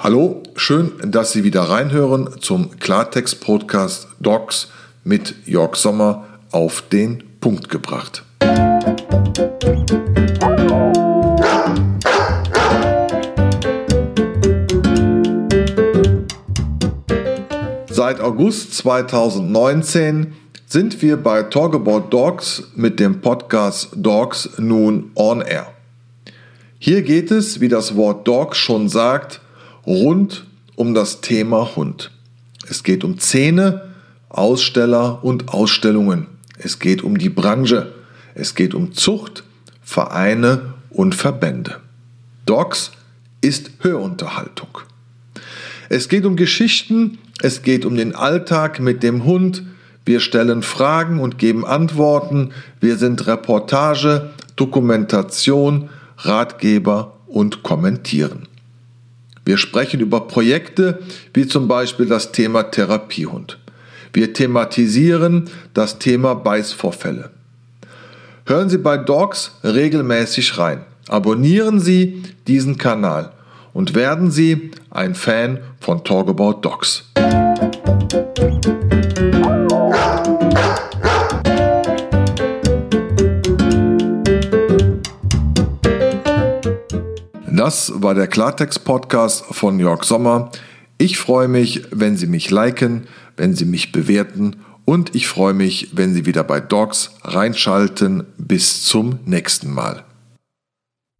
Hallo, schön, dass Sie wieder reinhören zum Klartext-Podcast Docs mit Jörg Sommer auf den Punkt gebracht. Seit August 2019 sind wir bei Talk About Dogs mit dem Podcast Dogs nun on air. Hier geht es, wie das Wort Dog schon sagt, rund um das Thema Hund. Es geht um Zähne, Aussteller und Ausstellungen. Es geht um die Branche. Es geht um Zucht, Vereine und Verbände. Dogs ist Hörunterhaltung. Es geht um Geschichten, es geht um den Alltag mit dem Hund. Wir stellen Fragen und geben Antworten. Wir sind Reportage, Dokumentation, Ratgeber und kommentieren. Wir sprechen über Projekte wie zum Beispiel das Thema Therapiehund. Wir thematisieren das Thema Beißvorfälle. Hören Sie bei Dogs regelmäßig rein. Abonnieren Sie diesen Kanal und werden Sie ein Fan von Talk About Dogs. Das war der Klartext-Podcast von Jörg Sommer. Ich freue mich, wenn Sie mich liken, wenn Sie mich bewerten und ich freue mich, wenn Sie wieder bei Dogs reinschalten. Bis zum nächsten Mal.